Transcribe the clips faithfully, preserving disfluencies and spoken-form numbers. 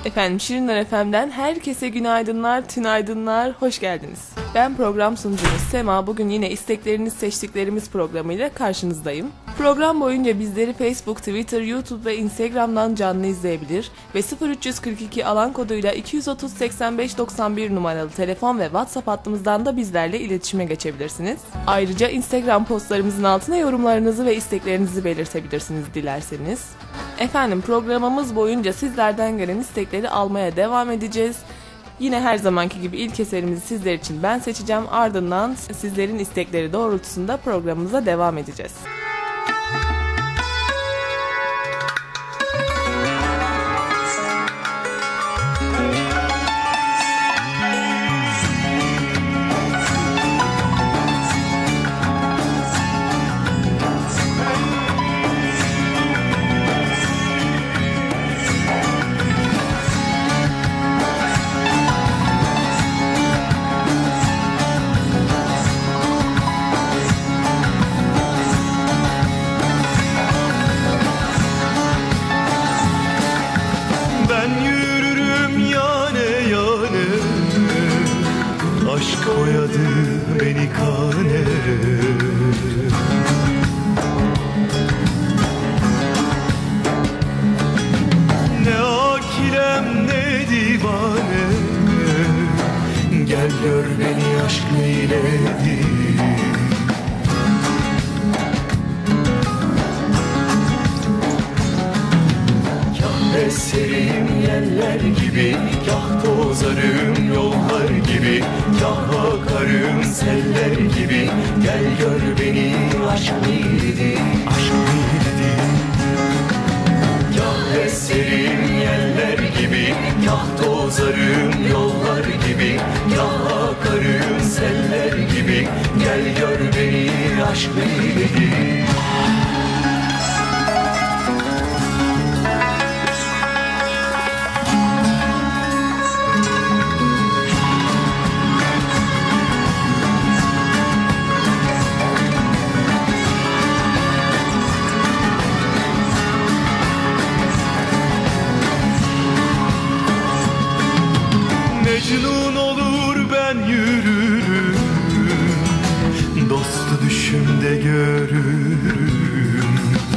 Efendim Şirinler F M'den herkese günaydınlar, tünaydınlar, hoş geldiniz. Ben program sunucunuz Sema. Bugün yine istekleriniz seçtiklerimiz programıyla karşınızdayım. Program boyunca bizleri Facebook, Twitter, YouTube ve Instagram'dan canlı izleyebilir ve sıfır üç yüz kırk iki alan koduyla iki yüz otuz seksen beş doksan bir numaralı telefon ve WhatsApp hattımızdan da bizlerle iletişime geçebilirsiniz. Ayrıca Instagram postlarımızın altına yorumlarınızı ve isteklerinizi belirtebilirsiniz dilerseniz. Efendim programımız boyunca sizlerden gelen istekleri almaya devam edeceğiz. Yine her zamanki gibi ilk eserimizi sizler için ben seçeceğim. Ardından sizlerin istekleri doğrultusunda programımıza devam edeceğiz. Mecnun olur ben yürürüm, dostu düşümde görürüm.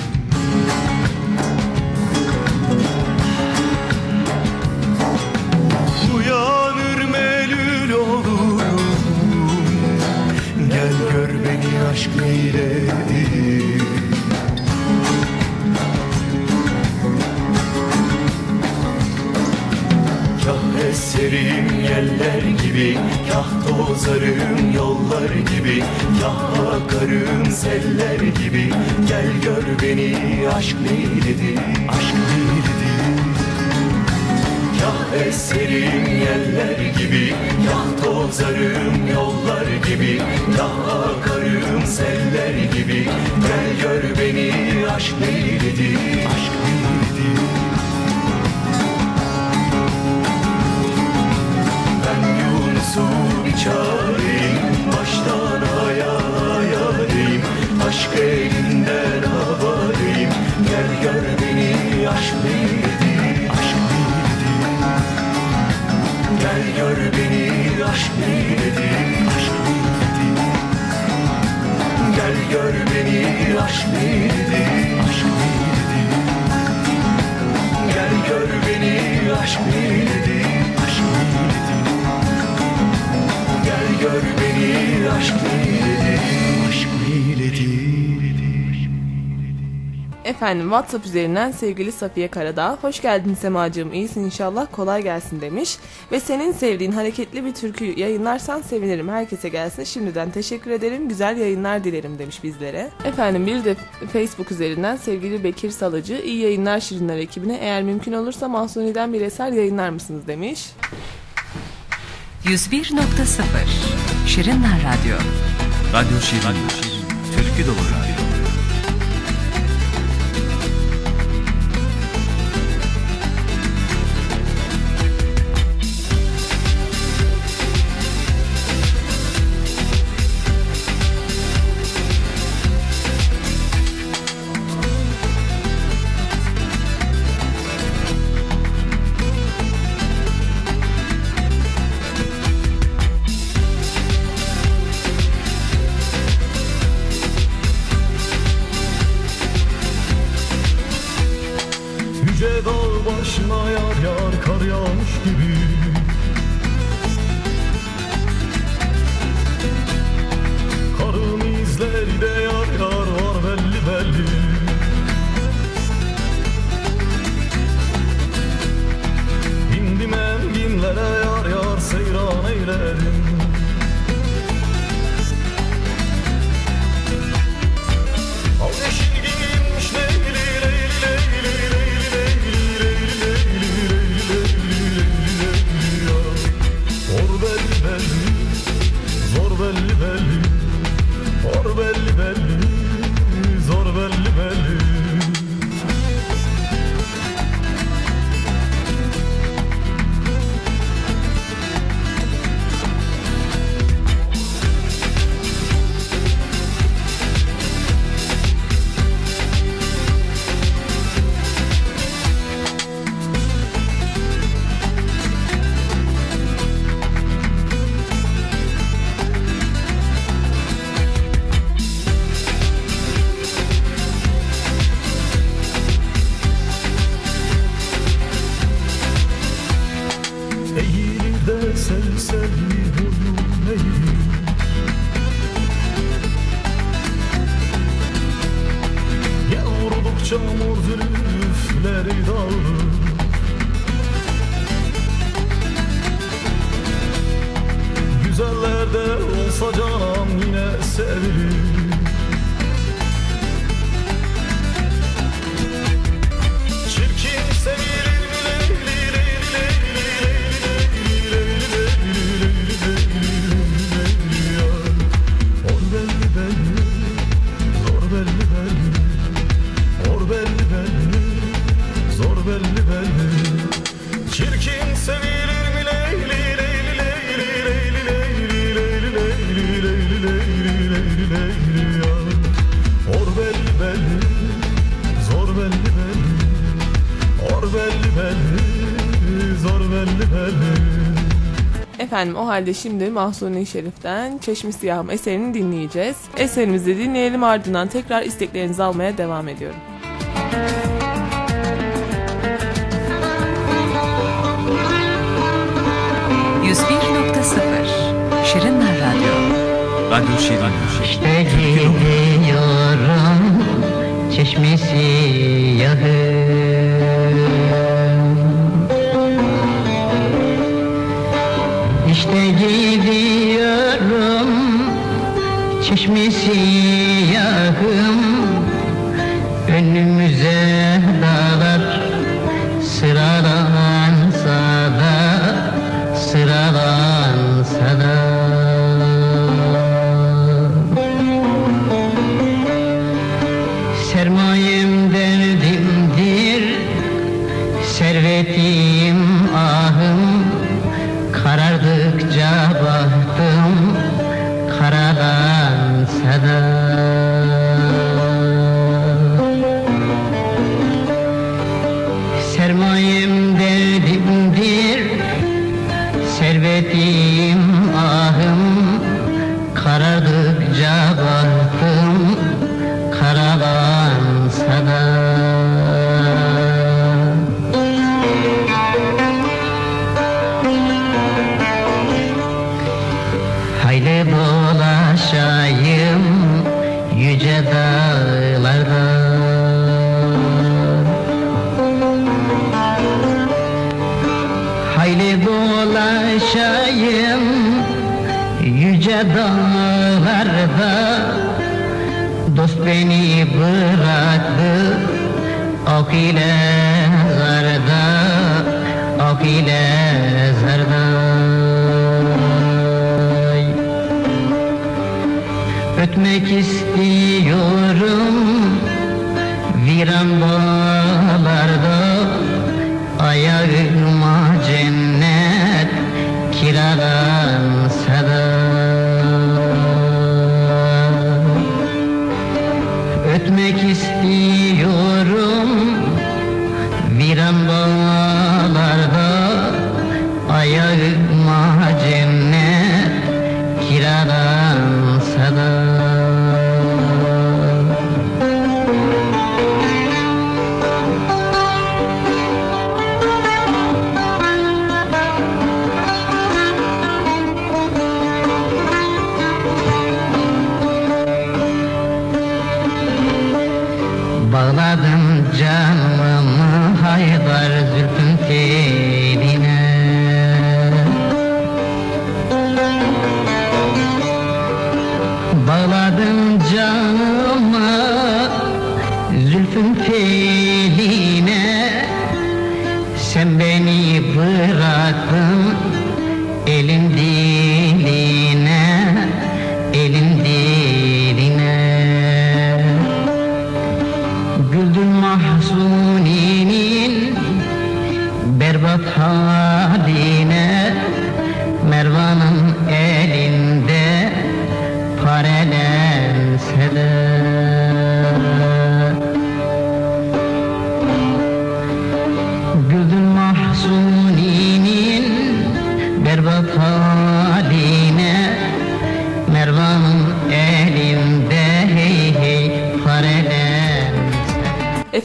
Uyanır melül olurum, gel gör beni aşk eyledi. Eserim yeller gibi, kah tozarım yollar gibi, kah akarım seller gibi. Gel gör beni aşk neyledi, aşk neyledi. Kah eserim yeller gibi, kah tozarım yollar gibi, kah akarım seller gibi. Gel gör beni aşk neyledi, aşk neyledi. Su içarım, baştan hayaleyim, aşk elinden havaleyim. Gel gör beni aşk neyledi, aşk neyledi. Gel gör beni aşk neyledi, aşk neyledi. Gel gör beni aşk neyledi, aşk neyledi. Gel gör beni aşk neyledi, aşk neyledi. Gel gör beni aşk neyledi, aşk neyledi. Efendim WhatsApp üzerinden sevgili Safiye Karadağ, hoş geldin Semacığım, iyisin inşallah, kolay gelsin demiş. Ve senin sevdiğin hareketli bir türkü yayınlarsan sevinirim, herkese gelsin, şimdiden teşekkür ederim, güzel yayınlar dilerim demiş bizlere. Efendim bir de Facebook üzerinden sevgili Bekir Salıcı, iyi yayınlar Şirinler ekibine, eğer mümkün olursa Mahsuni'den bir eser yayınlar mısınız demiş. yüz bir nokta sıfır Şirinler Radyo. Radyo Şirin, türkü dolu radyo. yar kar yağmış gibi. Karın izleri de yar yar var belli belli. İndim enginlere yar yar seyran eyledim. Al yeşil giyinmiş leyli leyli leyli leyli leyli leyli leyli leyli leyli yar. Zor belli belli, zor belli belli, zor belli belli, zor belli belli. Eğilir de sevseli boyun eğilir. Yel vurdukça mor zülüfleri dağılır. Güzellerde olsa canan yine sevilir. Çirkin sevilir mi leyli leyli leyli leyli leyli leyli leyli yar. Zor belli belli, zor belli belli, zor belli belli, zor belli belli. Çirkin sevilir mi leyli leyli leyli leyli leyli leyli leyli leyli leyli leyli leyli yar. Zor belli belli, zor belli belli, zor belli belli, zor belli belli. Efendim o halde şimdi Mahsuni Şerif'ten Çeşmi Siyahım eserini dinleyeceğiz. Eserimizi dinleyelim, ardından tekrar isteklerinizi almaya devam ediyorum. yüz bir nokta sıfır Şirinler Radyo. Radyo Şirin. İşte gidiyorum Çeşmi Siyahım. İşte gidiyorum Çeşmi Siyahım. Önümüze dağlar sıralansa da, sıralansa da. Sermayem derdimdir, servetim ahım. Karardıkça bahtım karalansa da. Sermayem derdimdir, servetim ahım. Karardıkça bahtım karalansa da. Haydi dolaşayım yüce dağlarda. Haydi dolaşayım yüce dağlarda. Dost beni bıraktı ok ile zarda, ok ile zarda. Ötmek istiyorum viran bağlarda. Ayağıma cennet kiralansa da. Ötmek istiyorum viran bağlarda. Ayağıma cennet kiralansa da.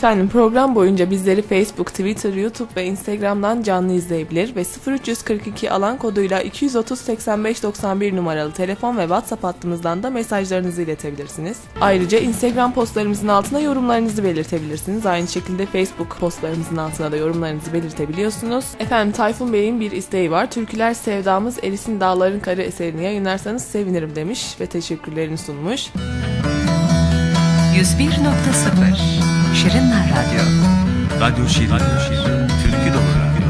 Efendim program boyunca bizleri Facebook, Twitter, YouTube ve Instagram'dan canlı izleyebilir ve sıfır üç kırk iki alan koduyla iki otuz seksen beş doksan bir numaralı telefon ve WhatsApp hattımızdan da mesajlarınızı iletebilirsiniz. Ayrıca Instagram postlarımızın altına yorumlarınızı belirtebilirsiniz. Aynı şekilde Facebook postlarımızın altına da yorumlarınızı belirtebiliyorsunuz. Efendim Tayfun Bey'in bir isteği var. Türküler Sevdamız Erisin Dağların Karı eserini yayınlarsanız sevinirim demiş ve teşekkürlerini sunmuş. yüz bir nokta sıfır Şirinler Radyo. Radyo Şirin, Radyo Şirin, Türkü Dolu Radyo.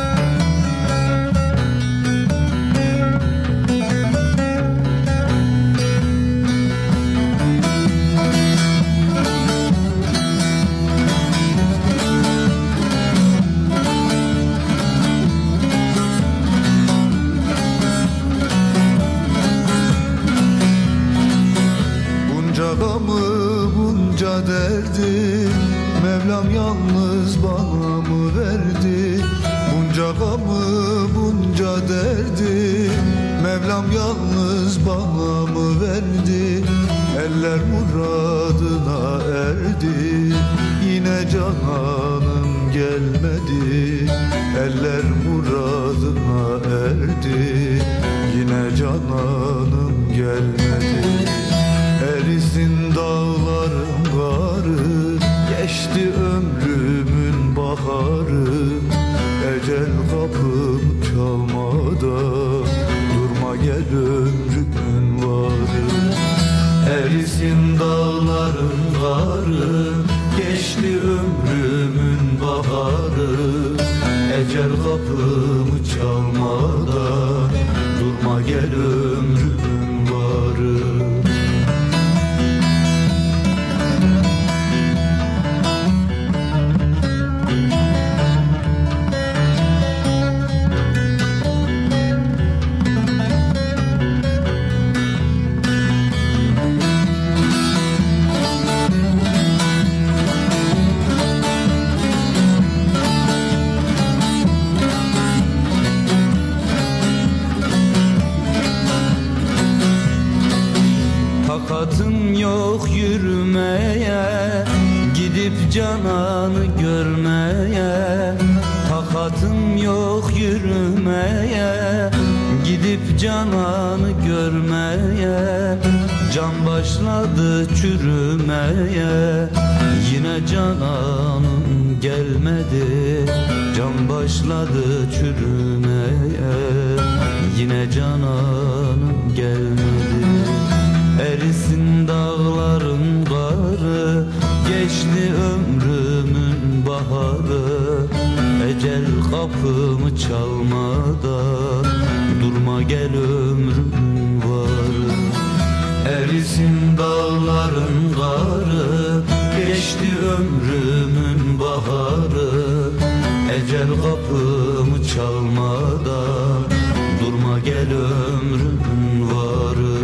Bunca gamı, bunca derdi Mevlam yalnız bana mı verdi? Bunca gamı, bunca derdi Mevlam yalnız bana mı verdi? Eller muradına erdi Yine cananım gelmedi. Eller muradına erdi Yine cananım gelmedi. Erisin dağların karı Geçti ömrümün baharı. Ecel kapım çalmada Durma gel ömrümün varı. Erisin dağların karı Geçti ömrümün baharı. Ecel kapımı çalmada Durma gel ömrümün varı. Takatım yok yürümeye, gidip cananı görmeye. Takatım yok yürümeye, gidip cananı görmeye. Can başladı çürümeye, yine cananım gelmedi. Can başladı çürümeye, yine cananım gelmedi. Erisin dağların karı, geçti ömrümün baharı. Ecel kapımı çalmadan durma gel ömrümün varı. Erisin dağların karı, geçti ömrümün baharı. Ecel kapımı çalmadan durma gel ömrümün varı.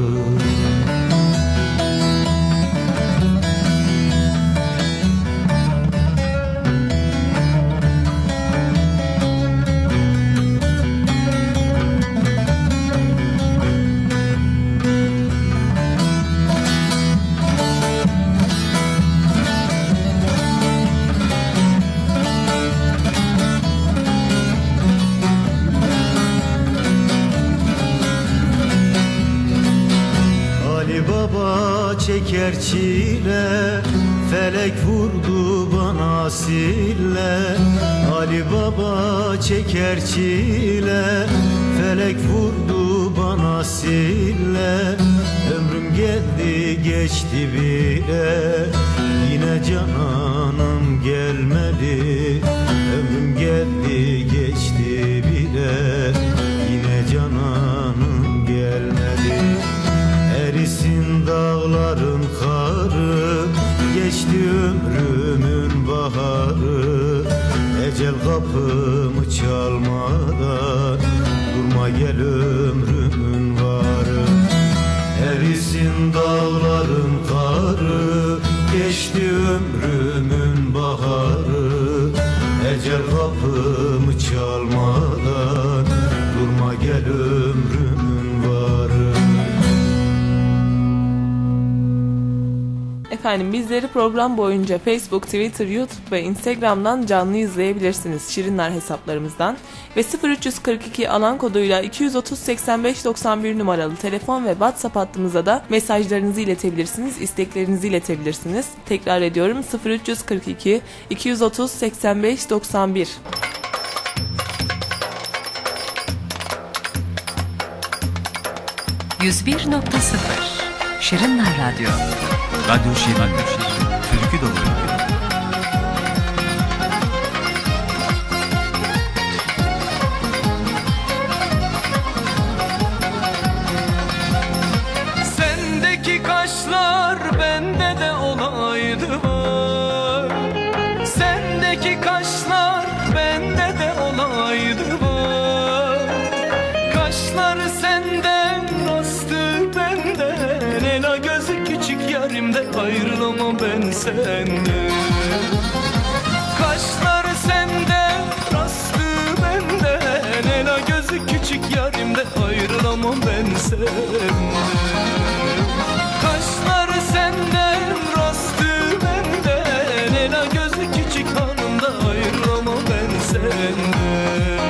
Çeker çile, felek vurdu bana sille. Ali Baba çeker çile, felek vurdu bana sille. Ömrüm geldi geçti bile, yine cananım gelmedi. Ömrüm geldi geçti bile, yine cananım gelmedi. Erisin dağların karı, geçti ömrümün baharı. Ecel kapımı çalmadan durma gel ömrümün varı. Erisin dağların karı, geçti ömrümün baharı. Ecel kapımı çalmadan durma gel ömrümün varı. Efendim bizleri program boyunca Facebook, Twitter, YouTube ve Instagram'dan canlı izleyebilirsiniz Şirinler hesaplarımızdan. Ve sıfır üç kırk iki alan koduyla iki yüz otuz seksen beş doksan bir numaralı telefon ve WhatsApp hattımıza da mesajlarınızı iletebilirsiniz, isteklerinizi iletebilirsiniz. Tekrar ediyorum, sıfır üç kırk iki iki yüz otuz seksen beş doksan bir. yüz bir nokta sıfır Şirinler Radyo. Radyo Şirinler, türkü dolu radyo. Sendeki kaşlar bende de olaydı var. Sendeki kaşlar bende de olaydı var. Kaşları senden, rastı benden, ela gözü küçük yarimde, ayrılamam ben senden. Kaşları senden, rastı benden, ela gözü küçük yarimde, ayrılamam ben senden. Kaşları senden, rastı benden, ela gözü küçük hanımda, ayrılamam ben senden.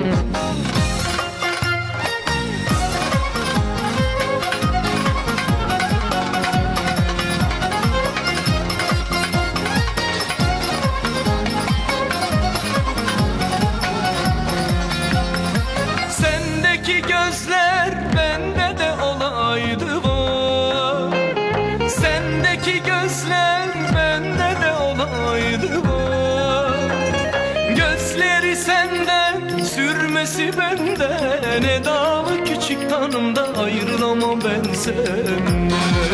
Sendeki gözler bende de olaydı var. Sendeki gözler bende de olaydı var. Gözleri senden, sürmesi benden, edalı küçük hanımda, ayrılamam ben senden.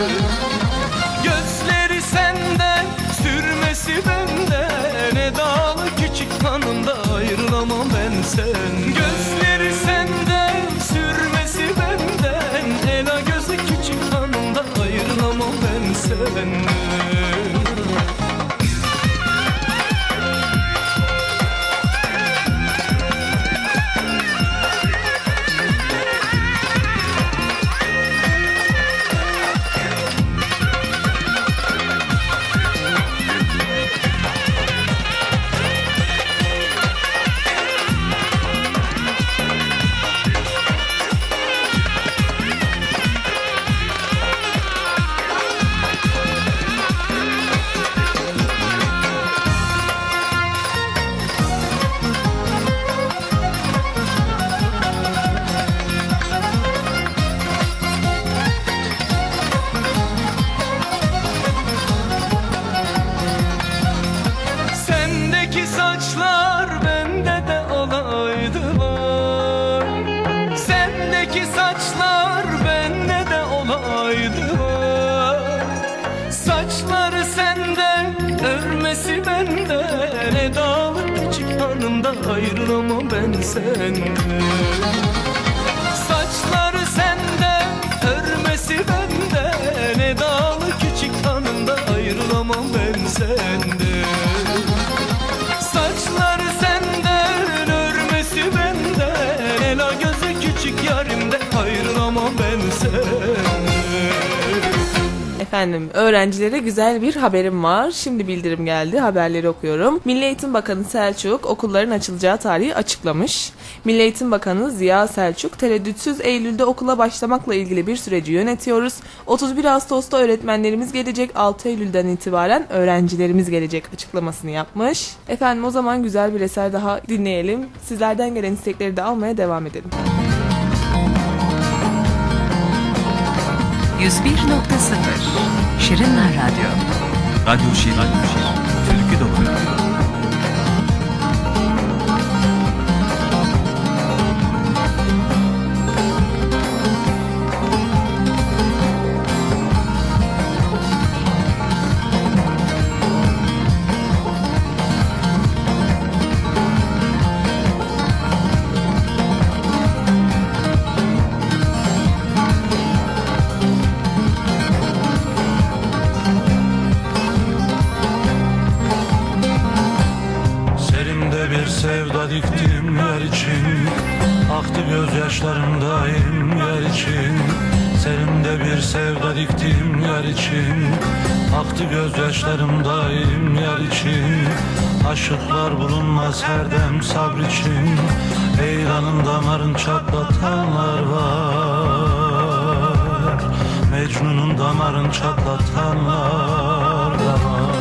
Gözleri senden, sürmesi benden, edalı küçük hanımda, ayrılamam ben senden. Gözleri senden, sürmesi benden, ela gözü küçük hanımda, ayrılamam ben senden. Sendeki saçlar bende de olaydı var. Sendeki saçlar bende de olaydı var. Saçları senden, örmesi benden, edalı küçük hanımda, ayrılamam ben senden. Saçları senden, örmesi benden, edalı küçük hanımda, ayrılamam ben senden. Saçları senden, örmesi benden, ela gözü küçük yarimde, ayrılamam ben senden. Efendim öğrencilere güzel bir haberim var. Şimdi bildirim geldi, haberleri okuyorum. Milli Eğitim Bakanı Selçuk okulların açılacağı tarihi açıklamış. Milli Eğitim Bakanı Ziya Selçuk, tereddütsüz Eylül'de okula başlamakla ilgili bir süreci yönetiyoruz. otuz bir Ağustos'ta öğretmenlerimiz gelecek, altı Eylül'den itibaren öğrencilerimiz gelecek açıklamasını yapmış. Efendim o zaman güzel bir eser daha dinleyelim. Sizlerden gelen istekleri de almaya devam edelim. yüz bir nokta sıfır Şirinler Radyo. Radyo Şirinler, türkü dolu radyo. sevda diktim yer için, aktı gözyaşlarımdayım yer için. Serimde bir sevda diktim yar için, aktı gözyaşlarım daim yar için. Aşıklar bulunmaz her dem sabr için, Leylanın damarın çatlatanlar var, Mecnun'un damarın çatlatanlar da var.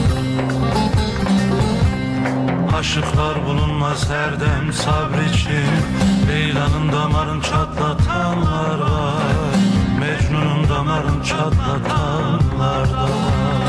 Aşıklar bulunmaz her dem sabr için, Leyla'nın damarın çatlatanlar var, Mecnun'un damarın çatlatanlar da var.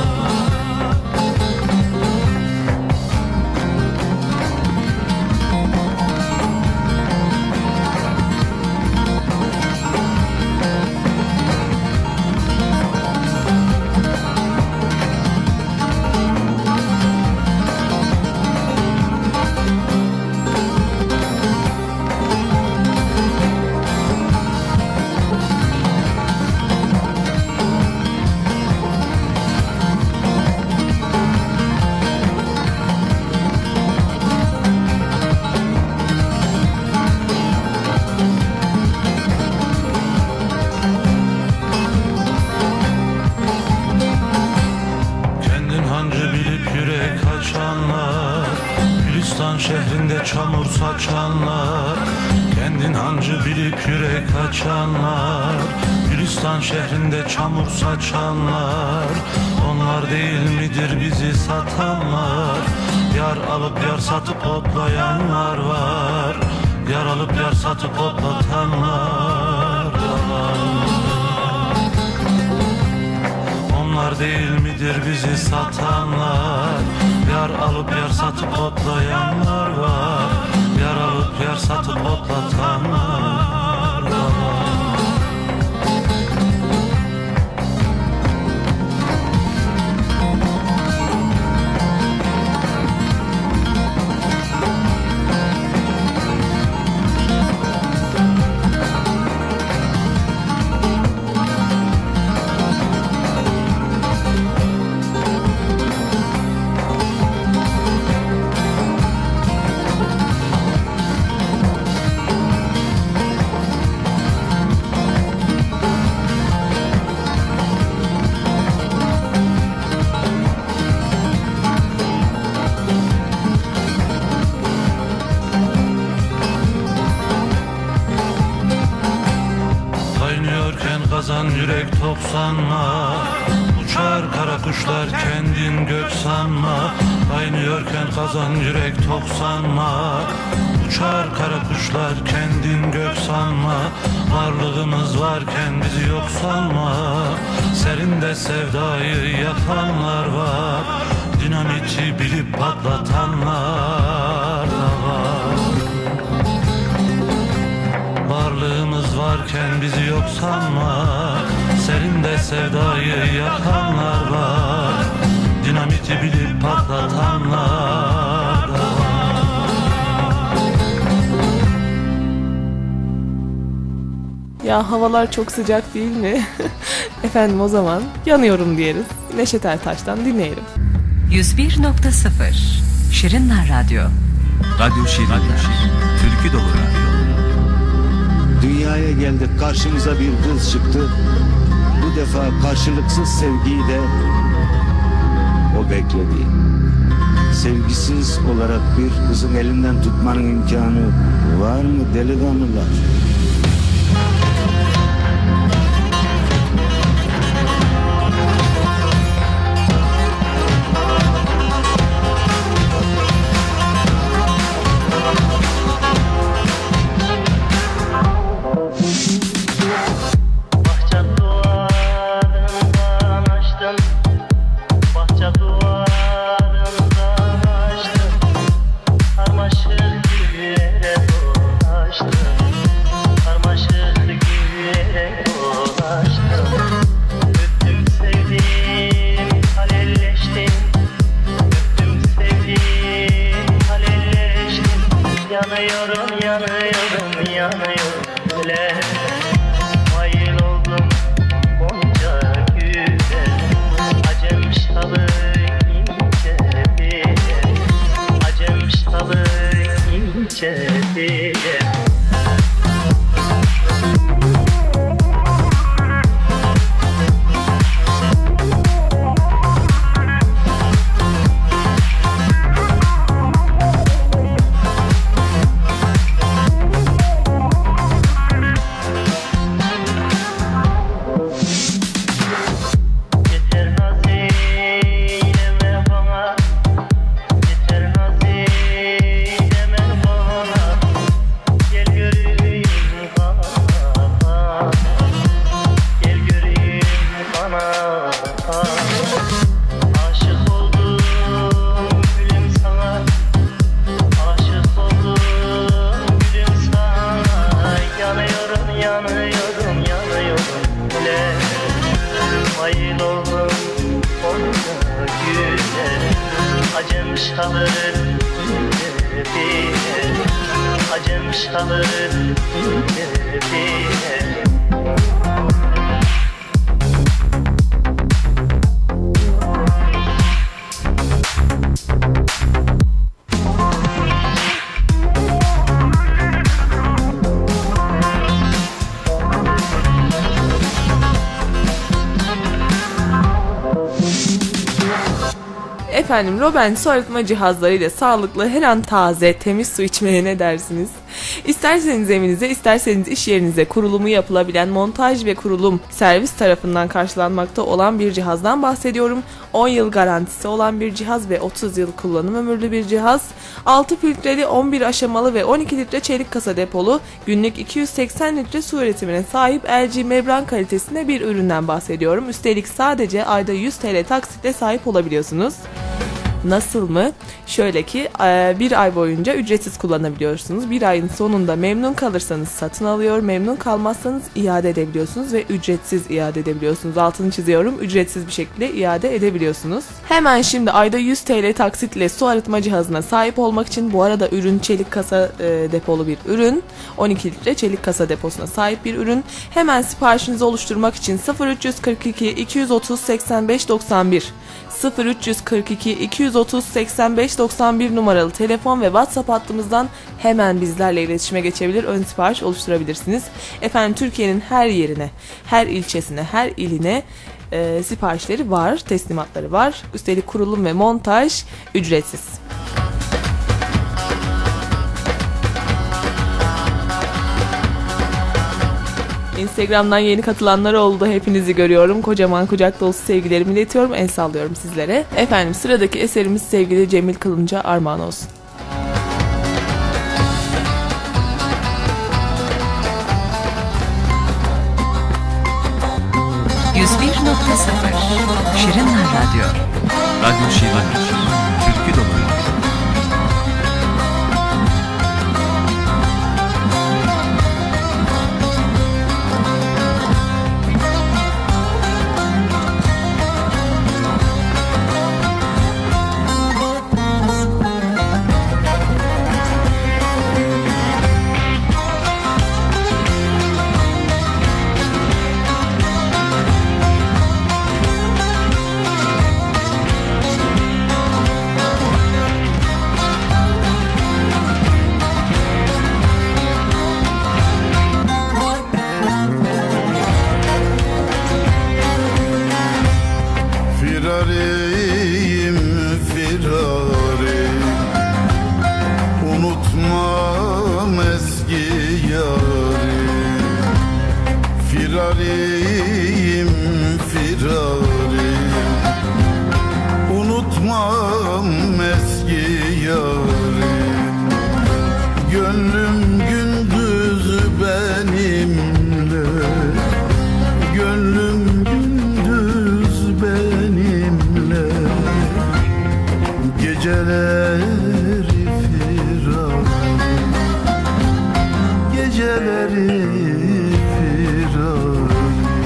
Şehrinde çamur saçanlar, kendin hancı bilip yürek açanlar. Gülistan şehrinde çamur saçanlar, onlar değil midir bizi satanlar? Yar alıp yar satıp otlayanlar var, yar alıp yar satıp otlatanlar var. Onlar değil midir bizi satanlar? Yar alıp yar satıp otlayanlar var, yar alıp yar satıp otlatanlar var. Kazan yürek tok sanma, uçar kara kuşlar kendin gök sanma. Kaynıyorken kazan yürek tok sanma, uçar kara kuşlar kendin gök sanma. Varlığımız varken bizi yok sanma, serinde sevdayı yakanlar var, dinamiti bilip patlatanlar da var. Varlığımız varken bizi yok sanma, serinde sevdayı yakanlar var, dinamiti bilip patlatanlar da var. Ya havalar çok sıcak değil mi? Efendim o zaman yanıyorum diyeriz. Neşet Ertaş'tan dinleyelim. yüz bir nokta sıfır Şirinler Radyo. Radyo Şirinler, türkü dolu radyo. Dünyaya geldik, karşımıza bir kız çıktı. Bu defa karşılıksız sevgiyi de o bekledi. Sevgisiz olarak bir kızın elinden tutmanın imkanı var mı delikanlılar? Çeşitli salır derdine. Efendim, Robben su arıtma cihazlarıyla sağlıklı, her an taze, temiz su içmeye ne dersiniz? İsterseniz evinize, isterseniz iş yerinize kurulumu yapılabilen, montaj ve kurulum servis tarafından karşılanmakta olan bir cihazdan bahsediyorum. on yıl garantisi olan bir cihaz ve otuz yıl kullanım ömürlü bir cihaz. altı filtreli, on bir aşamalı ve on iki litre çelik kasa depolu, günlük iki yüz seksen litre su üretimine sahip L G membran kalitesinde bir üründen bahsediyorum. Üstelik sadece ayda yüz TL taksitle sahip olabiliyorsunuz. Nasıl mı? Şöyle ki bir ay boyunca ücretsiz kullanabiliyorsunuz. Bir ayın sonunda memnun kalırsanız satın alıyor, memnun kalmazsanız iade edebiliyorsunuz ve ücretsiz iade edebiliyorsunuz. Altını çiziyorum, ücretsiz bir şekilde iade edebiliyorsunuz. Hemen şimdi ayda yüz TL taksitle su arıtma cihazına sahip olmak için, bu arada ürün çelik kasa e, depolu bir ürün, on iki litre çelik kasa deposuna sahip bir ürün. Hemen siparişinizi oluşturmak için sıfır üç yüz kırk iki iki yüz otuz seksen beş doksan bir sıfır üç yüz kırk iki iki yüz otuz seksen beş doksan bir numaralı telefon ve WhatsApp hattımızdan hemen bizlerle iletişime geçebilir, ön sipariş oluşturabilirsiniz. Efendim, Türkiye'nin her yerine, her ilçesine, her iline e, siparişleri var, teslimatları var. Üstelik kurulum ve montaj ücretsiz. Instagram'dan yeni katılanlar oldu. Hepinizi görüyorum. Kocaman kucak dolusu sevgilerimi iletiyorum. El sallıyorum sizlere. Efendim, sıradaki eserimiz sevgili Cemil Kılınç'a armağan olsun. yüz bir nokta sıfır Şirinler Radyo. Radyo Şirinler. Türkü dolu. Firariyim firari, unutmam eski yari. Firariyim firari, unutmam eski yari. Gönlüm gündüz benimle, gönlüm gündüz benimle. Geceleri firari, geceleri firari.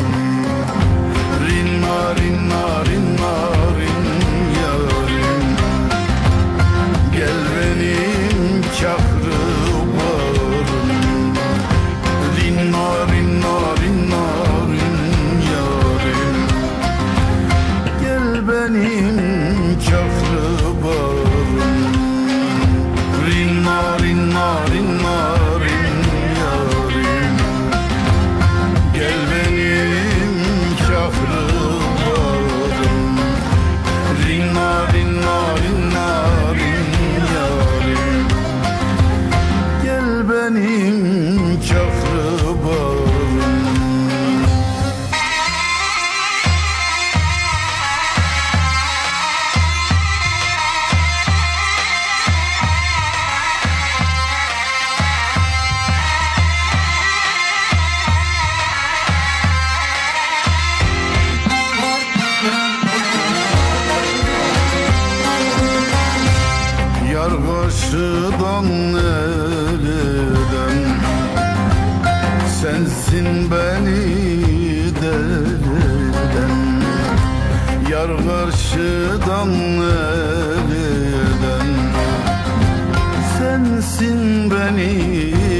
Rinna rinna rinna rin yarim, gel benim çakrı varım. Rinna rinna rinna rin yarim, gel benim çakrı varım. Rinna rinna rinna rin yarim, gel benim çakrı varım. Rinna rinna rinna rin yarim, gel benim çakrı varım. Yar karşıdan eleden, sensin beni deliden. Yar karşıdan eleden, sensin beni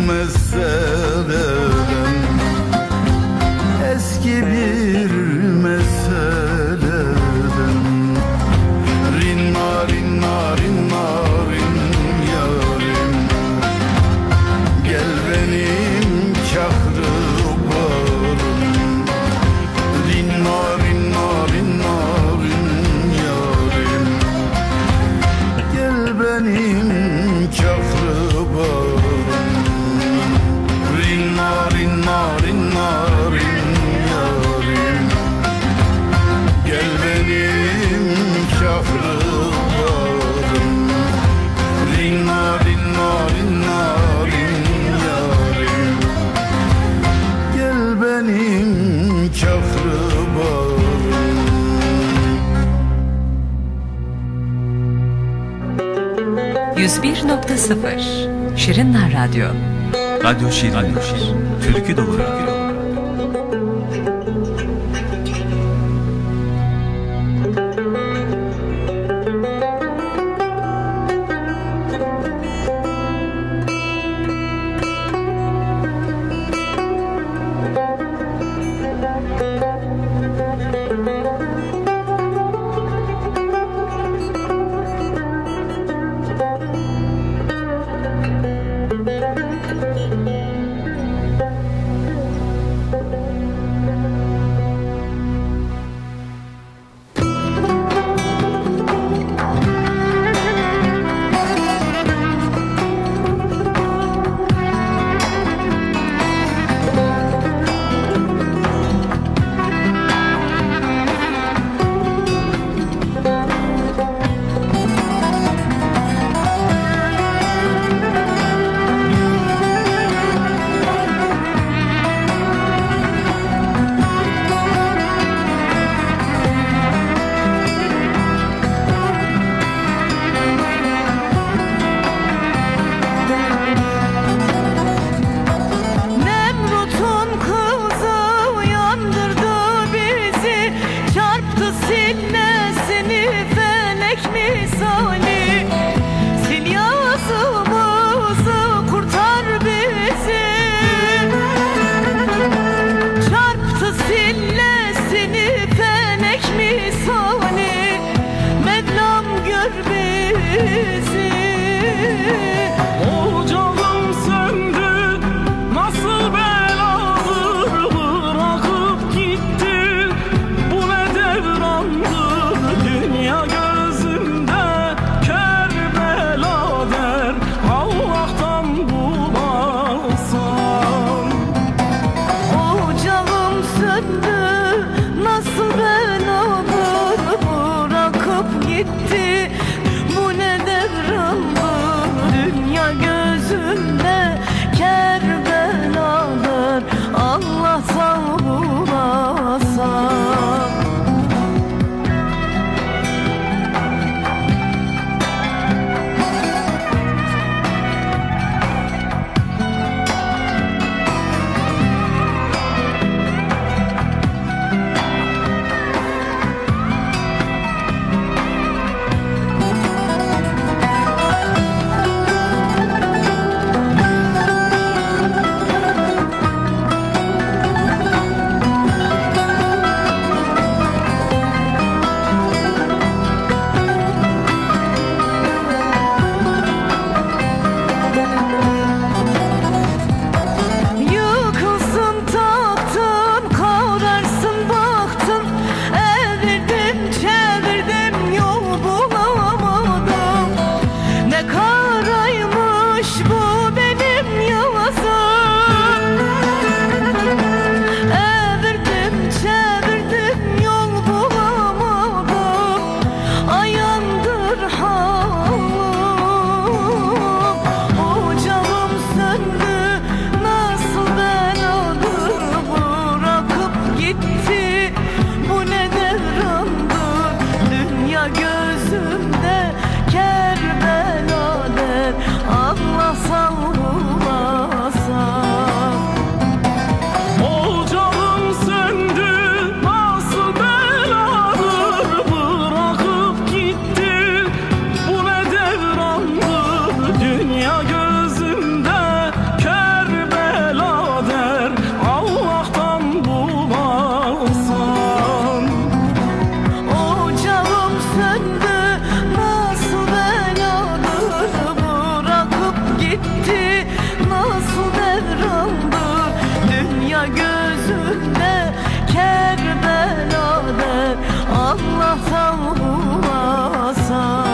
meseleden, eski bir meseleden. Rinna rinna rinna rin yarim, gel benim kahrı bağrım. Rinna rinna rinna rin yarim, gel benim kahrı bağrım. Rinna rinna rinna rin yarim, gel benim kahrı bağrım. Rinna rinna rinna rin yarim, gel benim kahrı bağrım. yüz bir nokta sıfır Şirinler Radyo. Radyo Şirin, türkü dolu radyo. Dünya gözünde Kerbela der Allah'tan bulmasa.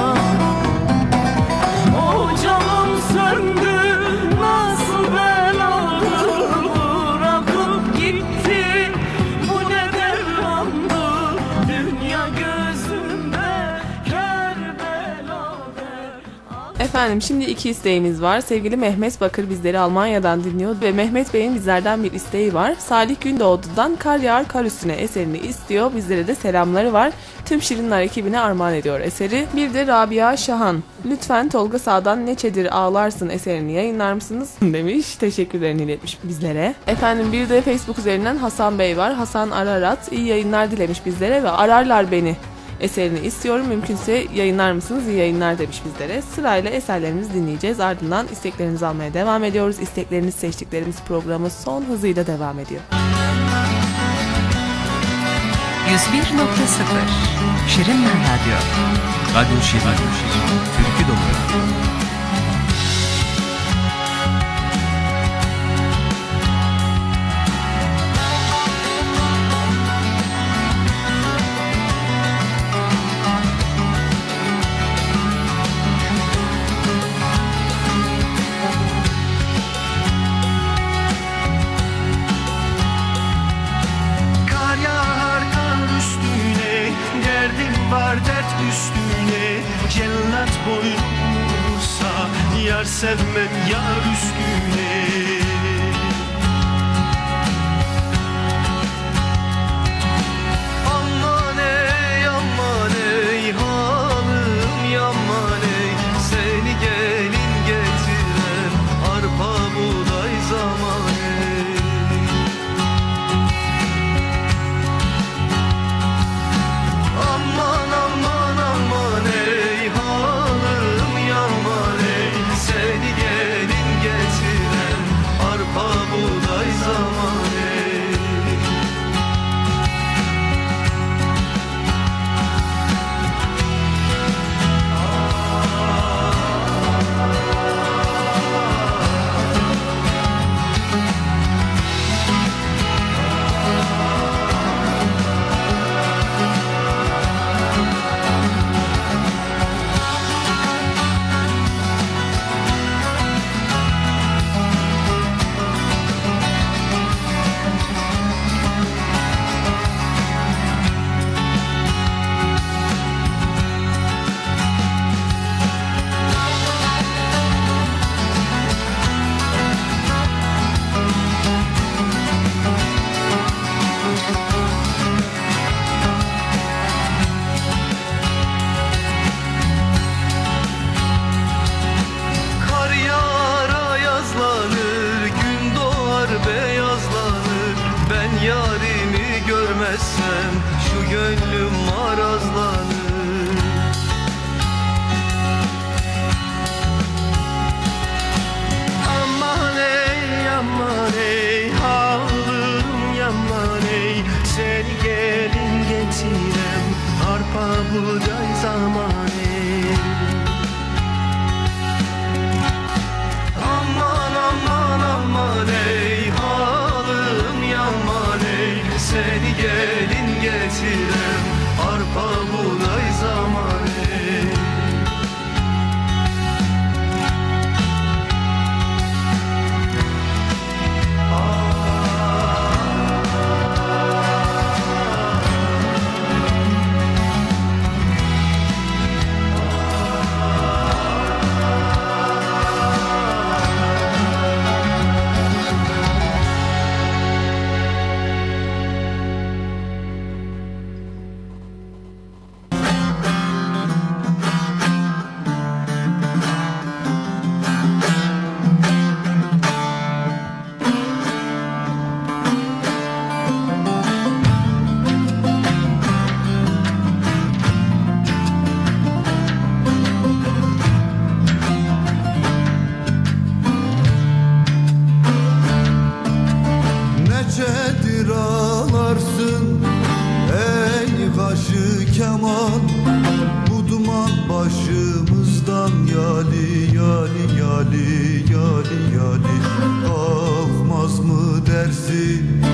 O canım söndü nasıl beladır, akıp gitti bu ne dermandı. Dünya gözünde Kerbela der. Efendim şimdi iki isteğimiz var. Sevgili Mehmet Bakır bizleri Almanya'dan dinliyor ve Mehmet Bey'in bizlerden bir isteği var. Salih Gündoğdu'dan Kar Yağar Kar Üstüne eserini istiyor. Bizlere de selamları var. Tüm Şirinler ekibine armağan ediyor eseri. Bir de Rabia Şahan. Lütfen Tolga Sağ'dan Neçedir Ağlarsın eserini yayınlar mısınız? demiş. Teşekkürlerini iletmiş bizlere. Efendim bir de Facebook üzerinden Hasan Bey var. Hasan Ararat iyi yayınlar dilemiş bizlere ve Ararlar Beni eserini istiyorum. Mümkünse yayınlar mısınız? İyi yayınlar demiş bizlere. Sırayla eserlerimizi dinleyeceğiz. Ardından isteklerinizi almaya devam ediyoruz. İsteklerinizi seçtiklerimiz programı son hızıyla devam ediyor. yüz bir nokta sıfır Şirinler Radyo. Radyo Şirin, Türkü Dolu Radyo. Yar sevmem yar üstüne. Aman ey aman ey halim yaman ey, seni gelin getiren arpa buğday zaman ey. Aman aman aman ey halim yaman ey, seni gelin getiren arpa buğday zaman ey. Kar yağar ayazlanır, gün doğar beyazlanır. Ben yarimi görmezsem şu gönlüm marazlanır. Aman ey aman ey halim yaman ey, seni gelin getirem arpa buğday zaman ey. Aman aman aman ey halim yaman ey, seni gelin getirem arpa buğday zaman ey. Necedir ağlarsın ey kaşı keman, bu duman başımızdan yali yali yali yali yali, kalkmaz mı dersin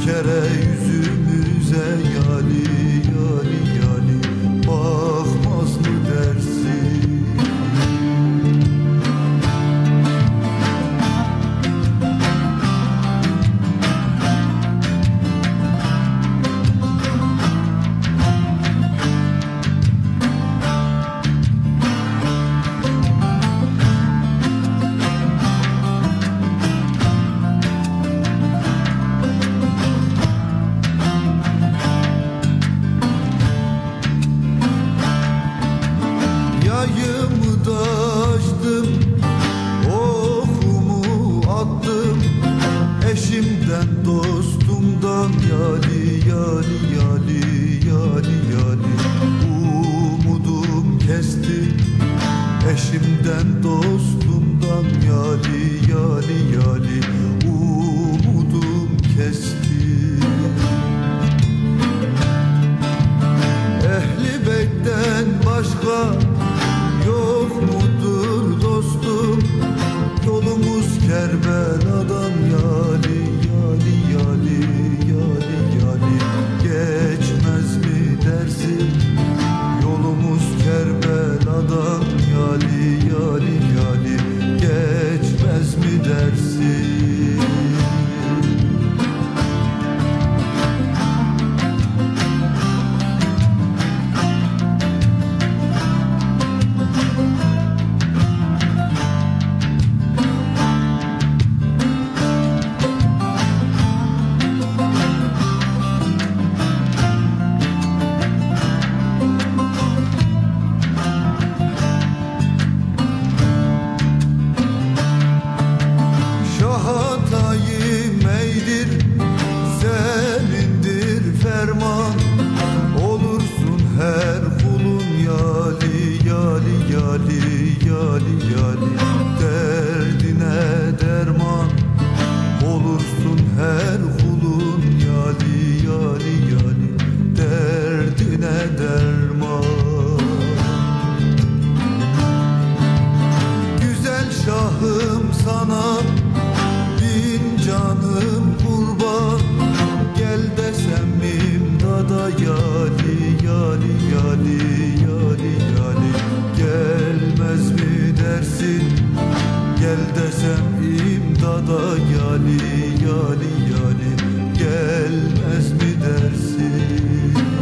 kere yüzümüze yali yali yali bakmaz mı dersin? Yayımı da açtım, okumu attım, eşimden dostumdan yali yali yali yali yali umudum kestim, eşimden dostumdan yali yali yali umudum kestim. Ehli Beyt'ten başka yok mudur dostum? Yolumuz Kerbela'dan yali yali yali yali yali geçmez mi dersin? Yolumuz Kerbela'dan yali yali yali geçmez mi dersin? Şahatayım eydir, senindir ferman, olursun her kulun yali yali yali yali yali derdine derman, olursun her kulun yali yali yali derdine derman. Güzel şahım sana bin canım kurban, gel desem imdada yali yali yali yali yali gelmez mi dersin? Gel desem imdada yali yali yali gelmez mi dersin?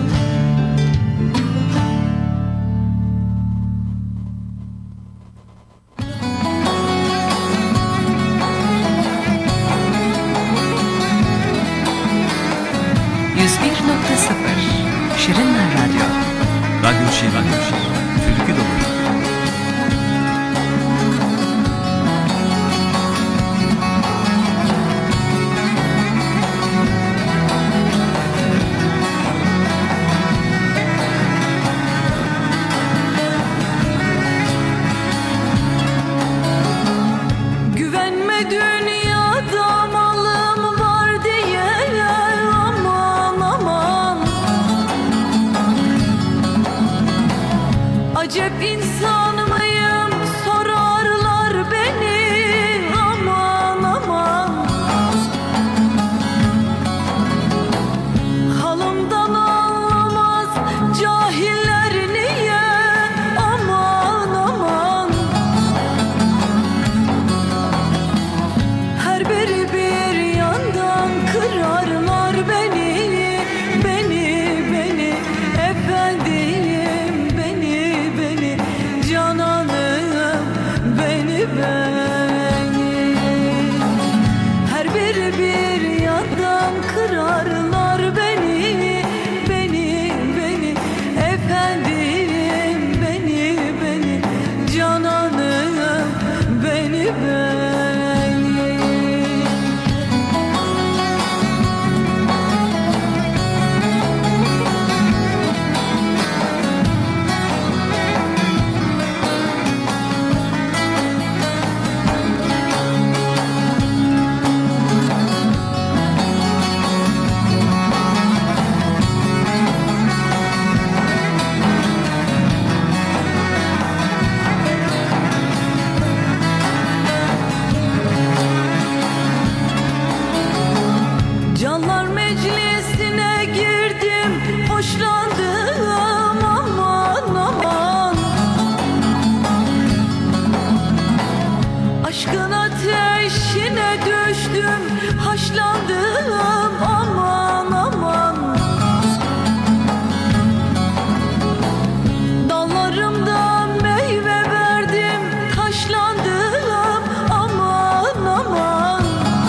yüz bir nokta sıfır Şirinler Radyo. Radyo Şirin, türkü dolu. Güvenme dünyada malım var diye, aman aman. Acep insan mıyım sorarlar beni, aman aman. Halımdan anlamaz cahiller niye, aman aman. Her biri bir yandan kırarlar beni, beni, beni, efendim, beni, beni. Can Canlar meclisine girdim, hoşlandım aman aman. Aşkın ateşine düştüm, haşlandım aman aman. Dallarımdan meyve verdim, taşlandım aman aman.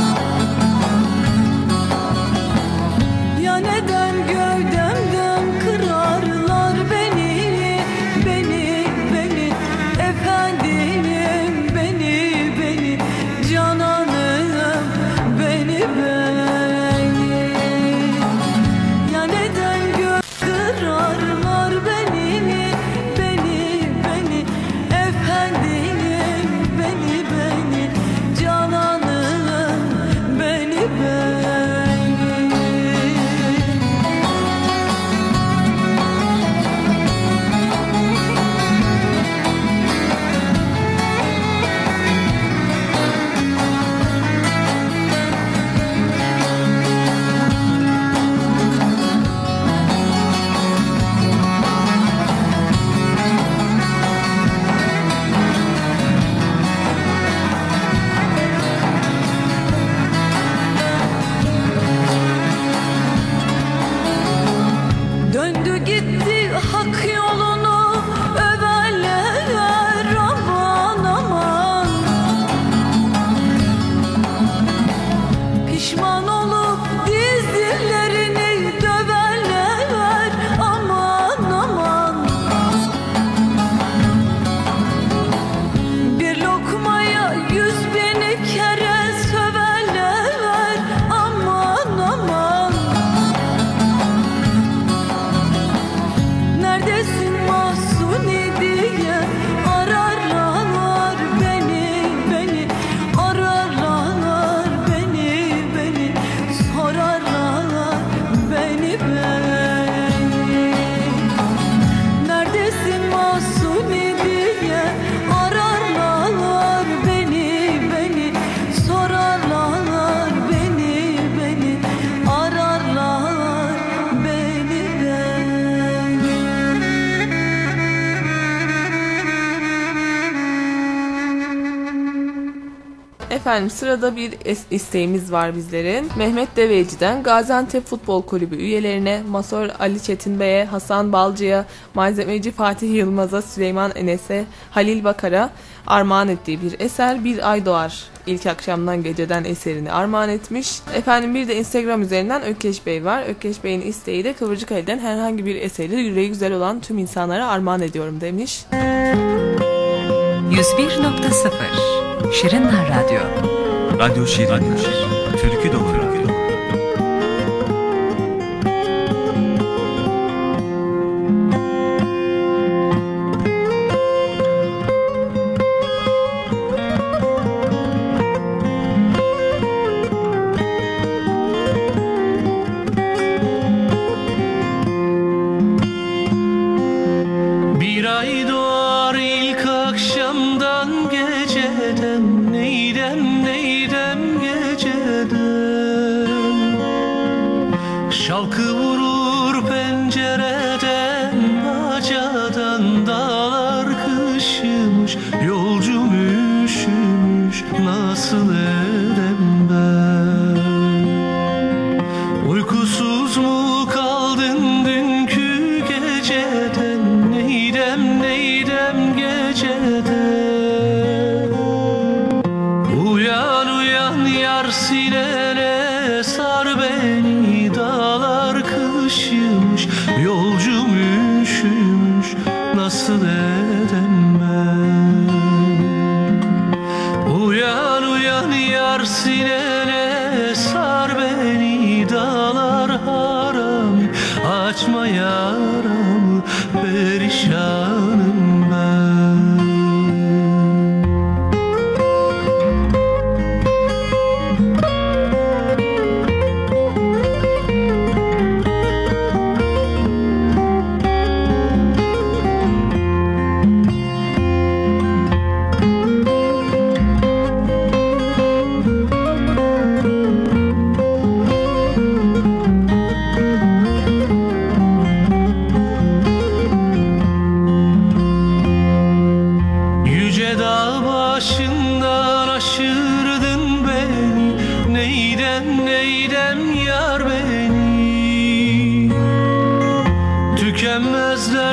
Ya neden gövdemden kırarlar beni, beni, beni, efendim beni, beni, cananım beni, beni. Ya neden gö- kırarlar beni, beni, beni, efendim beni, beni, cananım beni, beni. Döndü gitti hak yolunu överler aman aman. Pişman olup dizlerini döverler aman aman. Bir lokmaya yüz bin kere söverler aman aman. Neredesin Mahsuni diye ararlar beni, beni, ararlar beni, beni, sorarlar beni, beni. Neredesin Mahsuni diye ararlar beni, beni, sorarlar beni, beni, ararlar beni, beni. Efendim sırada bir es- isteğimiz var bizlerin. Mehmet Deveci'den Gaziantep Futbol Kulübü üyelerine, Masör Ali Çetin Bey'e, Hasan Balcı'ya, Malzemeci Fatih Yılmaz'a, Süleyman Enes'e, Halil Bakar'a armağan ettiği bir eser Bir Ay Doğar. İlk akşamdan geceden eserini armağan etmiş. Efendim bir de Instagram üzerinden Ökkeş Bey var. Ökkeş Bey'in isteği de Kıvırcık Ali'den herhangi bir eseri yüreği güzel olan tüm insanlara armağan ediyorum demiş. yüz bir nokta sıfır Şirinler Radyo. Radyo Şirin, türkü dolu radyo. Bir ay doğar ilk akşamdan geceden, neydem neydem geceden. Şalkı vurur pencereden, bacadan dağlar kışımış. Yolcum üşümüş, nasıl edem ben? Uykusuz mu kaldın dünkü geceden, neydem neydem geceden. Uyan uyan yar sinene, sar beni, dağlar kışımış. Yolcum üşümüş, nasıl edem ben? Uyan uyan yar sinene, sar beni, dağlar haram. Açma yaramı, perişanım ben.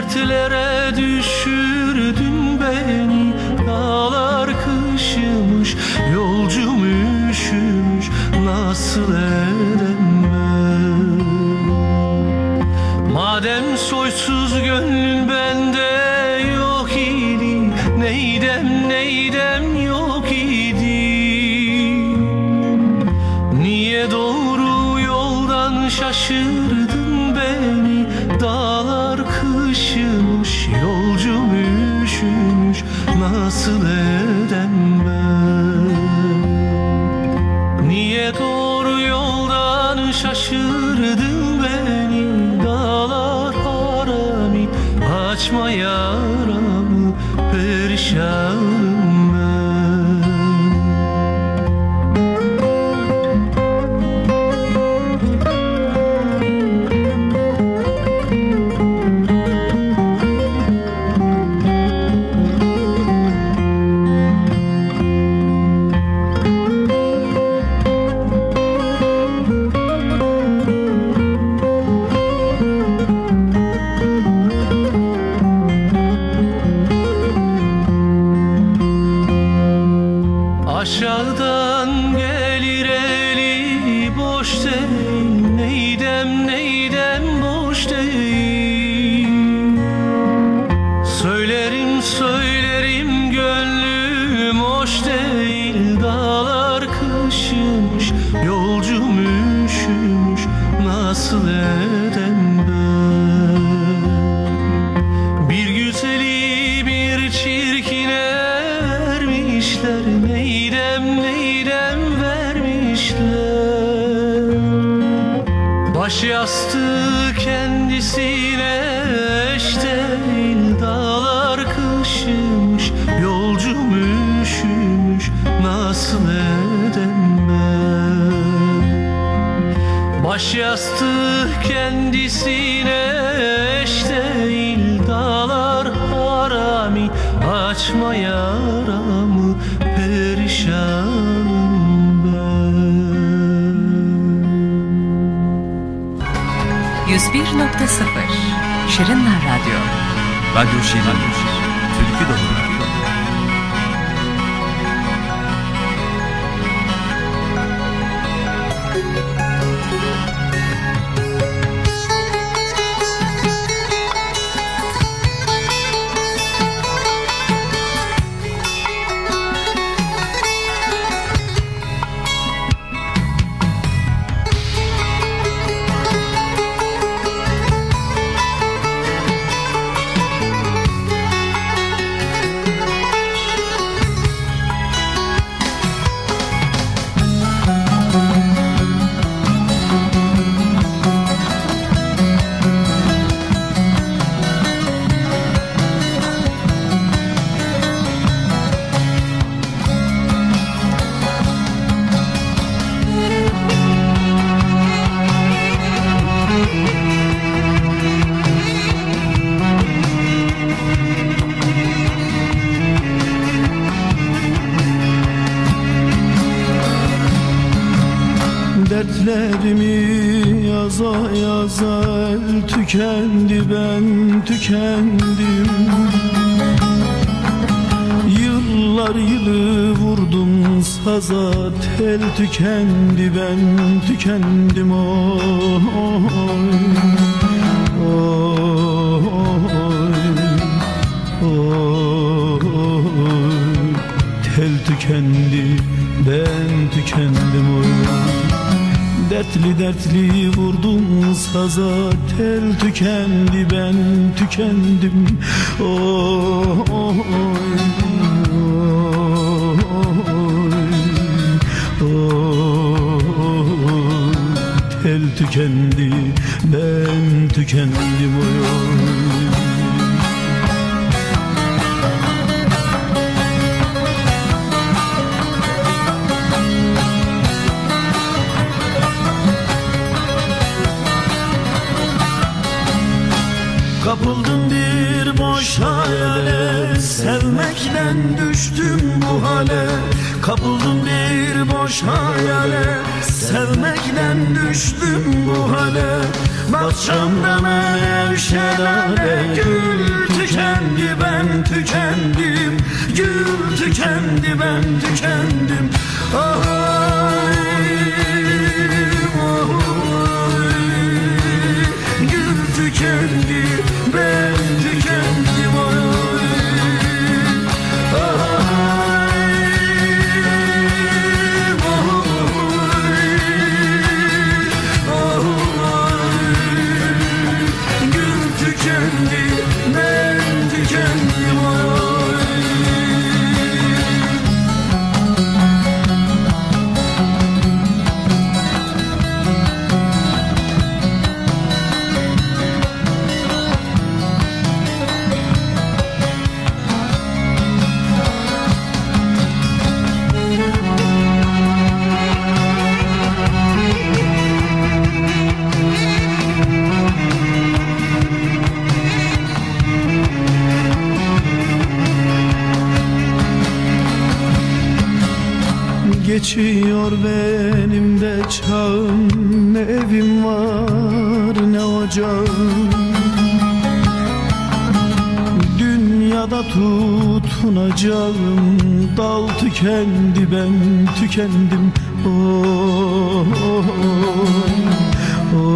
dertlere düşürdün beni. Dağlar kışımış, yolcum üşümüş, nasıl edem ben? Madem soysuz gönlün bende yok idi, neydem neydem yok idi. Niye doğru yoldan şaşırdın beni? Dağlar kışımış, yolcum üşümüş, nasıl edem ben? Niye doğru yoldan şaşırdın beni? Dağlar harami, açma yaramı, perişanım ben. Aşağıdan gelir eli boş değil, neydem neydem boş değil. Söylerim söylerim gönlüm hoş değil. Dağlar kışımış, yolcum üşümüş, nasıl edem ben? Bir güzeli bir çirkine vermişler, neydem neydem vermişler. Baş yastığı kendisine eş değil. Dağlar kışımış, yolcum üşümüş, nasıl edem ben? Baş yastığı kendisine eş değil. Dağlar harami, açma yaramı, perişanım ben. yüz bir nokta sıfır Şirinler Radyo. Radyo Şirin, türkü dolu radyo. Dertlerimi yaza yaza el tükendi, ben tükendim. Yıllar yılı vurdum saza, tel tükendi, ben tükendim. Oy, oy, oy, oy. Tel tükendi, ben tükendim. Oy. Dertli dertli vurdum saza, tel tükendi, ben tükendim. Oy, oy, oy, oy. Tel tükendi, ben tükendim. Oy. Kapıldım bir boş hayale, sevmekten düştüm bu hale. Kapıldım bir boş hayale, sevmekten düştüm bu hale. Bahçemde mev şelale, gül tükendi ben tükendim. Ay, ay, gül tükendi ben tükendim. Ay, geçiyor benim de çağım, ne evim var ne ocağım. Dünyada tutunacağım, dal tükendi ben tükendim. Oy, oy,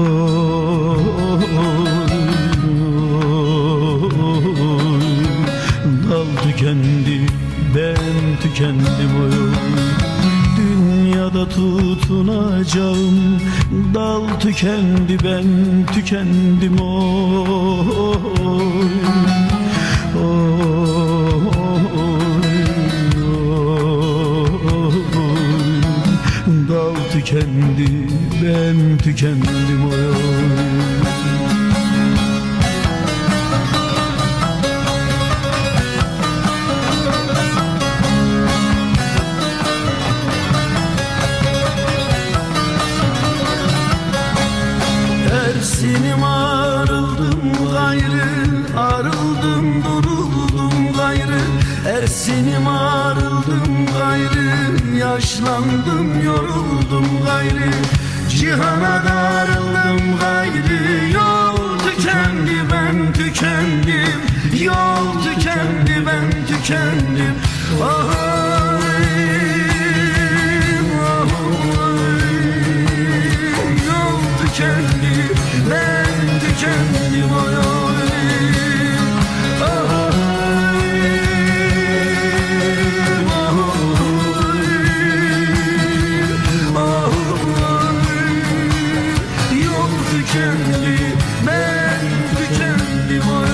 oy, dal tükendi ben tükendim. Oy, dünyada tutunacağım, dal tükendi ben tükendim. Oy, oy, oy, dal tükendi ben tükendim. Oy. Ersinim arıldım gayrı, arıldım duruldum gayrı. Ersinim arıldım gayrı, yaşlandım yoruldum gayrı. Cihana darıldım gayrı, yol tükendi ben tükendim. Yol tükendi ben tükendim. Ay, yol tükendi ben tükendim. Oy, oy, yol tükendi ben tükendim. Oy,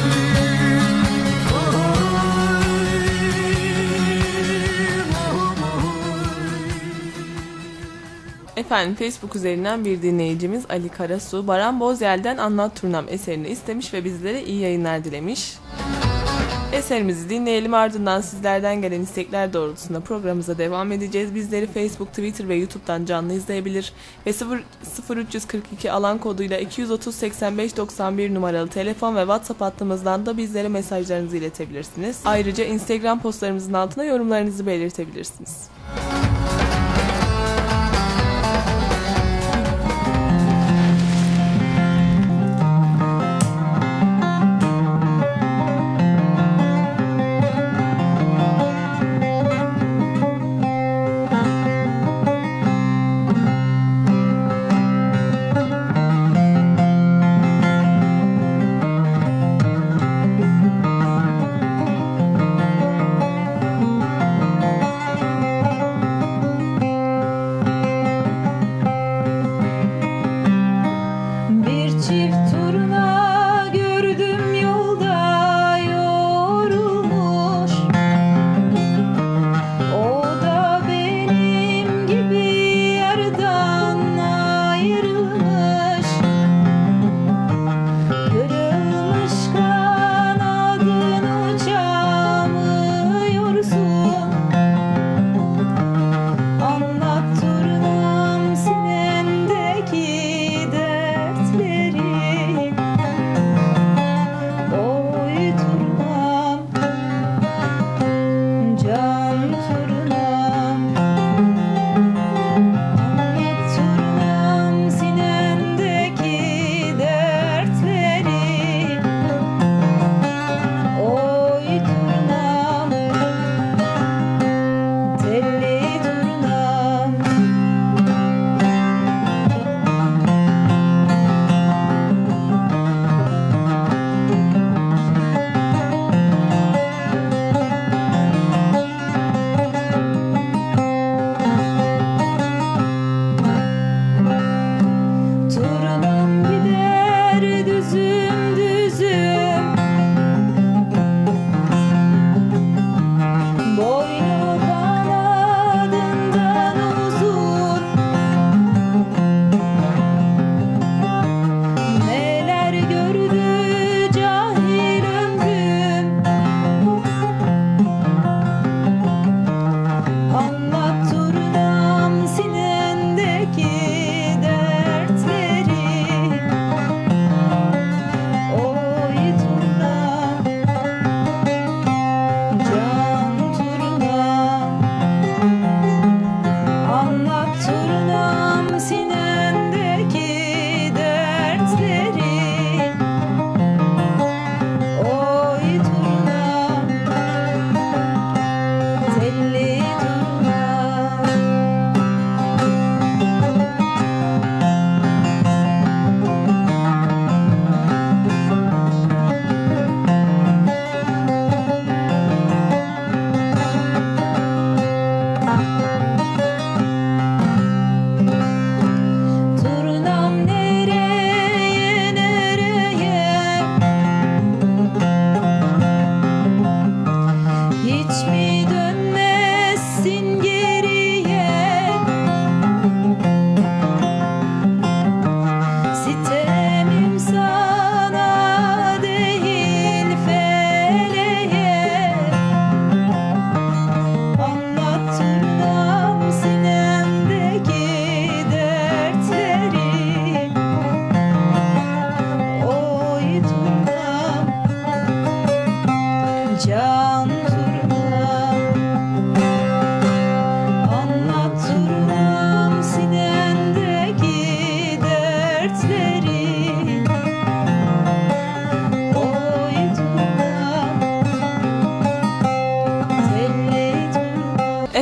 Efendim Facebook üzerinden bir dinleyicimiz Ali Karasu, Baran Bozyel'den Anlat Turnam eserini istemiş ve bizlere iyi yayınlar dilemiş. Eserimizi dinleyelim, ardından sizlerden gelen istekler doğrultusunda programımıza devam edeceğiz. Bizleri Facebook, Twitter ve YouTube'dan canlı izleyebilir ve sıfır üç kırk iki alan koduyla iki yüz otuz seksen beş doksan bir numaralı telefon ve WhatsApp hattımızdan da bizlere mesajlarınızı iletebilirsiniz. Ayrıca Instagram postlarımızın altına yorumlarınızı belirtebilirsiniz.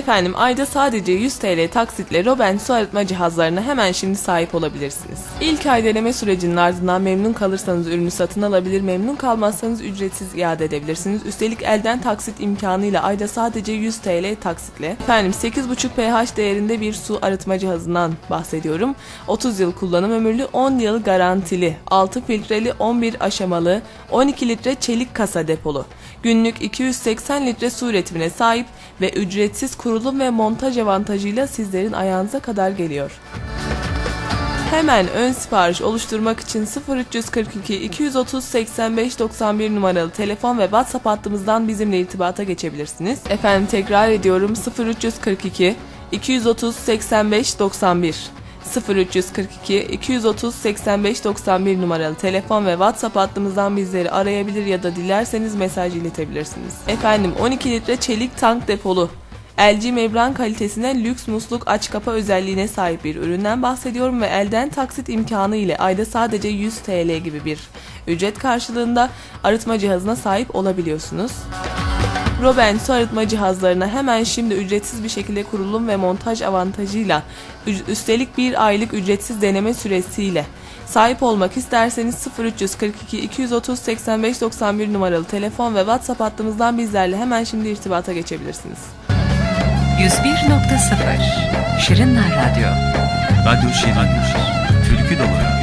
Efendim ayda sadece yüz T L taksitle Robben su arıtma cihazlarına hemen şimdi sahip olabilirsiniz. İlk ay deneme sürecinin ardından memnun kalırsanız ürünü satın alabilir, memnun kalmazsanız ücretsiz iade edebilirsiniz. Üstelik elden taksit imkanıyla ayda sadece yüz T L taksitle. Efendim sekiz buçuk pH değerinde bir su arıtma cihazından bahsediyorum. otuz yıl kullanım ömürlü, on yıl garantili, altı filtreli, on bir aşamalı, on iki litre çelik kasa depolu. Günlük iki yüz seksen litre su üretimine sahip ve ücretsiz kurulum ve montaj avantajıyla sizlerin ayağınıza kadar geliyor. Hemen ön sipariş oluşturmak için sıfır üç yüz kırk iki iki yüz otuz seksen beş doksan bir numaralı telefon ve WhatsApp hattımızdan bizimle irtibata geçebilirsiniz. Efendim tekrar ediyorum, sıfır üç yüz kırk iki iki yüz otuz seksen beş doksan bir sıfır üç yüz kırk iki iki yüz otuz seksen beş doksan bir numaralı telefon ve WhatsApp hattımızdan bizleri arayabilir ya da dilerseniz mesaj iletebilirsiniz. Efendim on iki litre çelik tank depolu, L G membran kalitesine lüks musluk aç kapa özelliğine sahip bir üründen bahsediyorum ve elden taksit imkanı ile ayda sadece yüz T L gibi bir ücret karşılığında arıtma cihazına sahip olabiliyorsunuz. Robben su arıtma cihazlarına hemen şimdi ücretsiz bir şekilde kurulum ve montaj avantajıyla, üstelik bir aylık ücretsiz deneme süresiyle sahip olmak isterseniz sıfır üç yüz kırk iki iki yüz otuz seksen beş doksan bir numaralı telefon ve WhatsApp hattımızdan bizlerle hemen şimdi irtibata geçebilirsiniz. yüz bir nokta sıfır Şirinler Radyo. Radyo Şirin, türkü dolu radyo.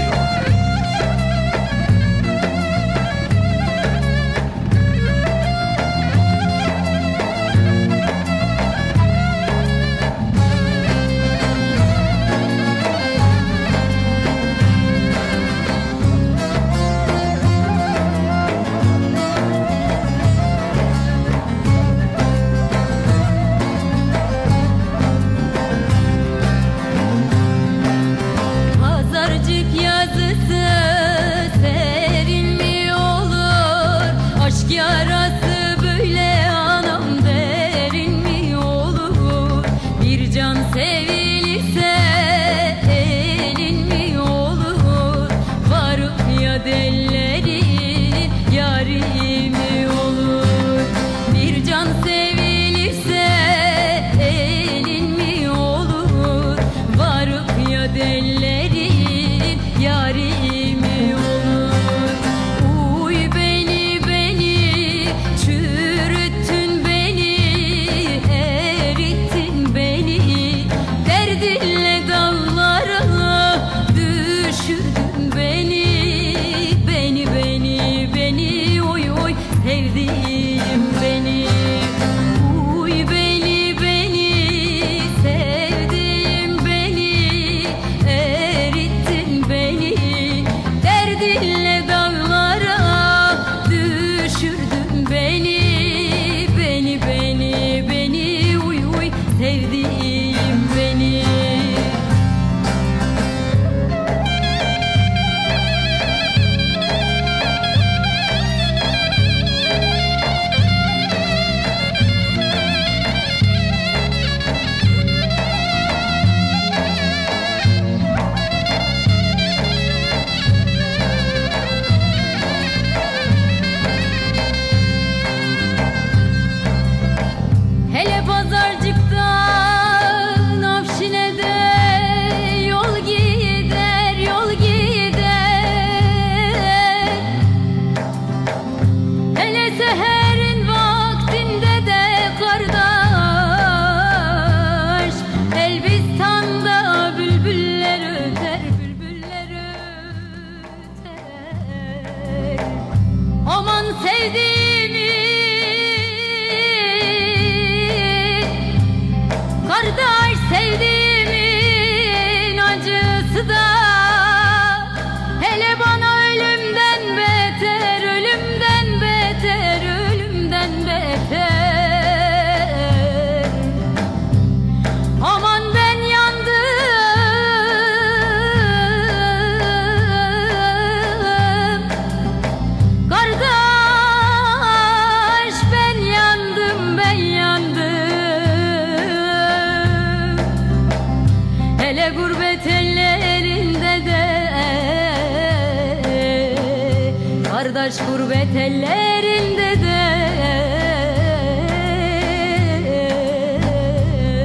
Kardeş gurbet ellerinde de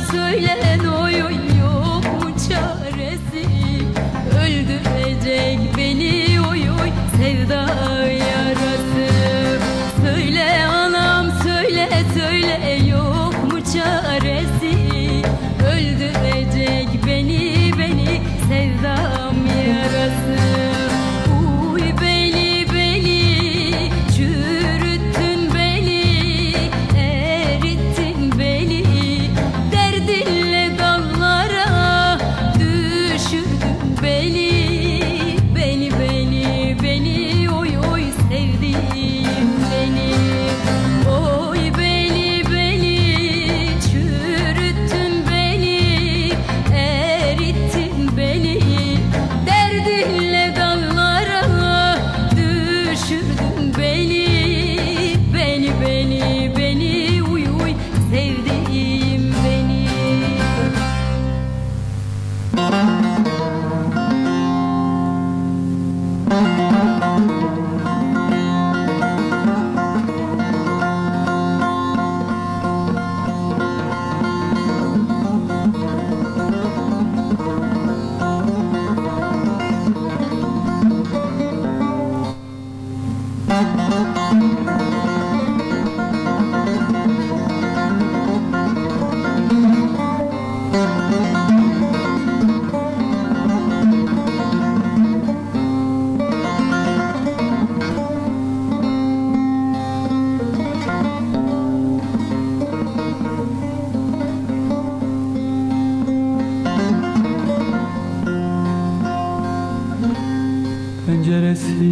söyle oy oy yok mu çaresi? Öldürecek beni oy oy sevda yarası. Söyle anam söyle söyle yok mu çaresi? Öldürecek beni beni sevdam yarası. Uy beni beni çürüttün beni, erittin beni, derdinle dallara düşürdün beni. Beni beni beni oy oy sevdiğim beni. Oy beni beni çürüttün beni, erittin beni, derdinle dallara düşürdün beni. Beni beni beni uy uy sevdiğim beni. Penceresi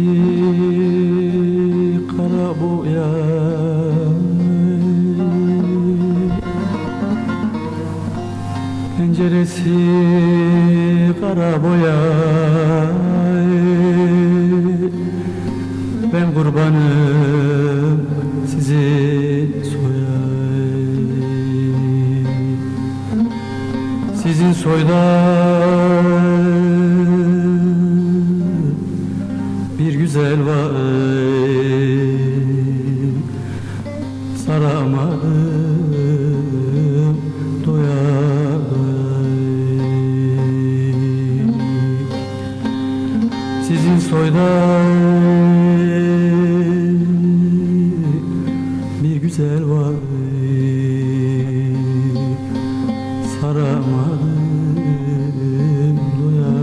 kara boya, penceresi kara boya. Ben kurbanım sizin soya, sizin soyda bir güzel var, saramadım doya. Sizin soyda bir güzel var, saramadım doya.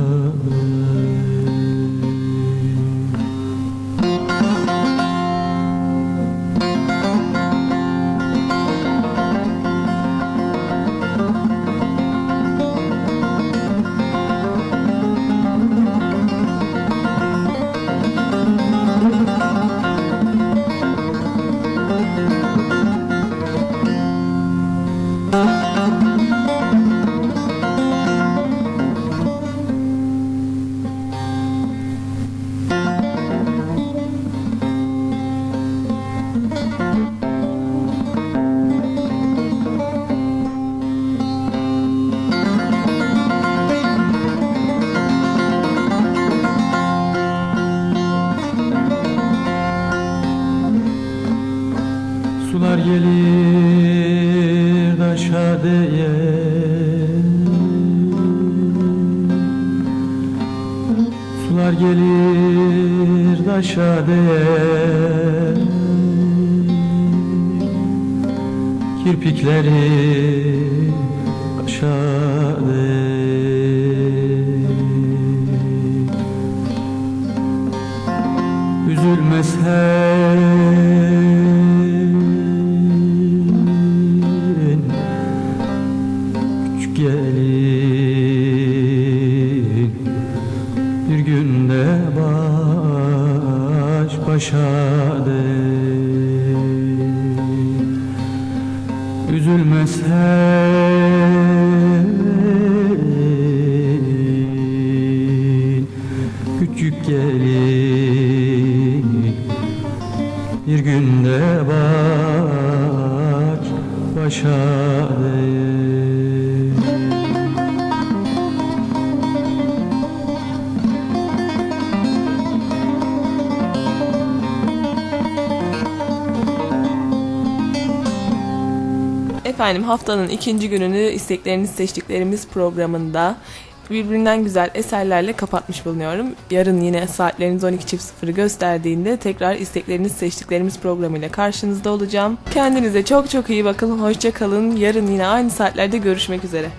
Sular gelir taşa değer, sular gelir taşa değer, kirpikleri kaşa değer. Üzülmez her gelin, bir günde baş başa değer. Üzülmez her küçük gelin, bir günde baş başa değer. Efendim haftanın ikinci gününü istekleriniz seçtiklerimiz programında birbirinden güzel eserlerle kapatmış bulunuyorum. Yarın yine saatleriniz on iki sıfırı gösterdiğinde tekrar istekleriniz seçtiklerimiz programıyla karşınızda olacağım. Kendinize çok çok iyi bakın. Hoşça kalın. Yarın yine aynı saatlerde görüşmek üzere.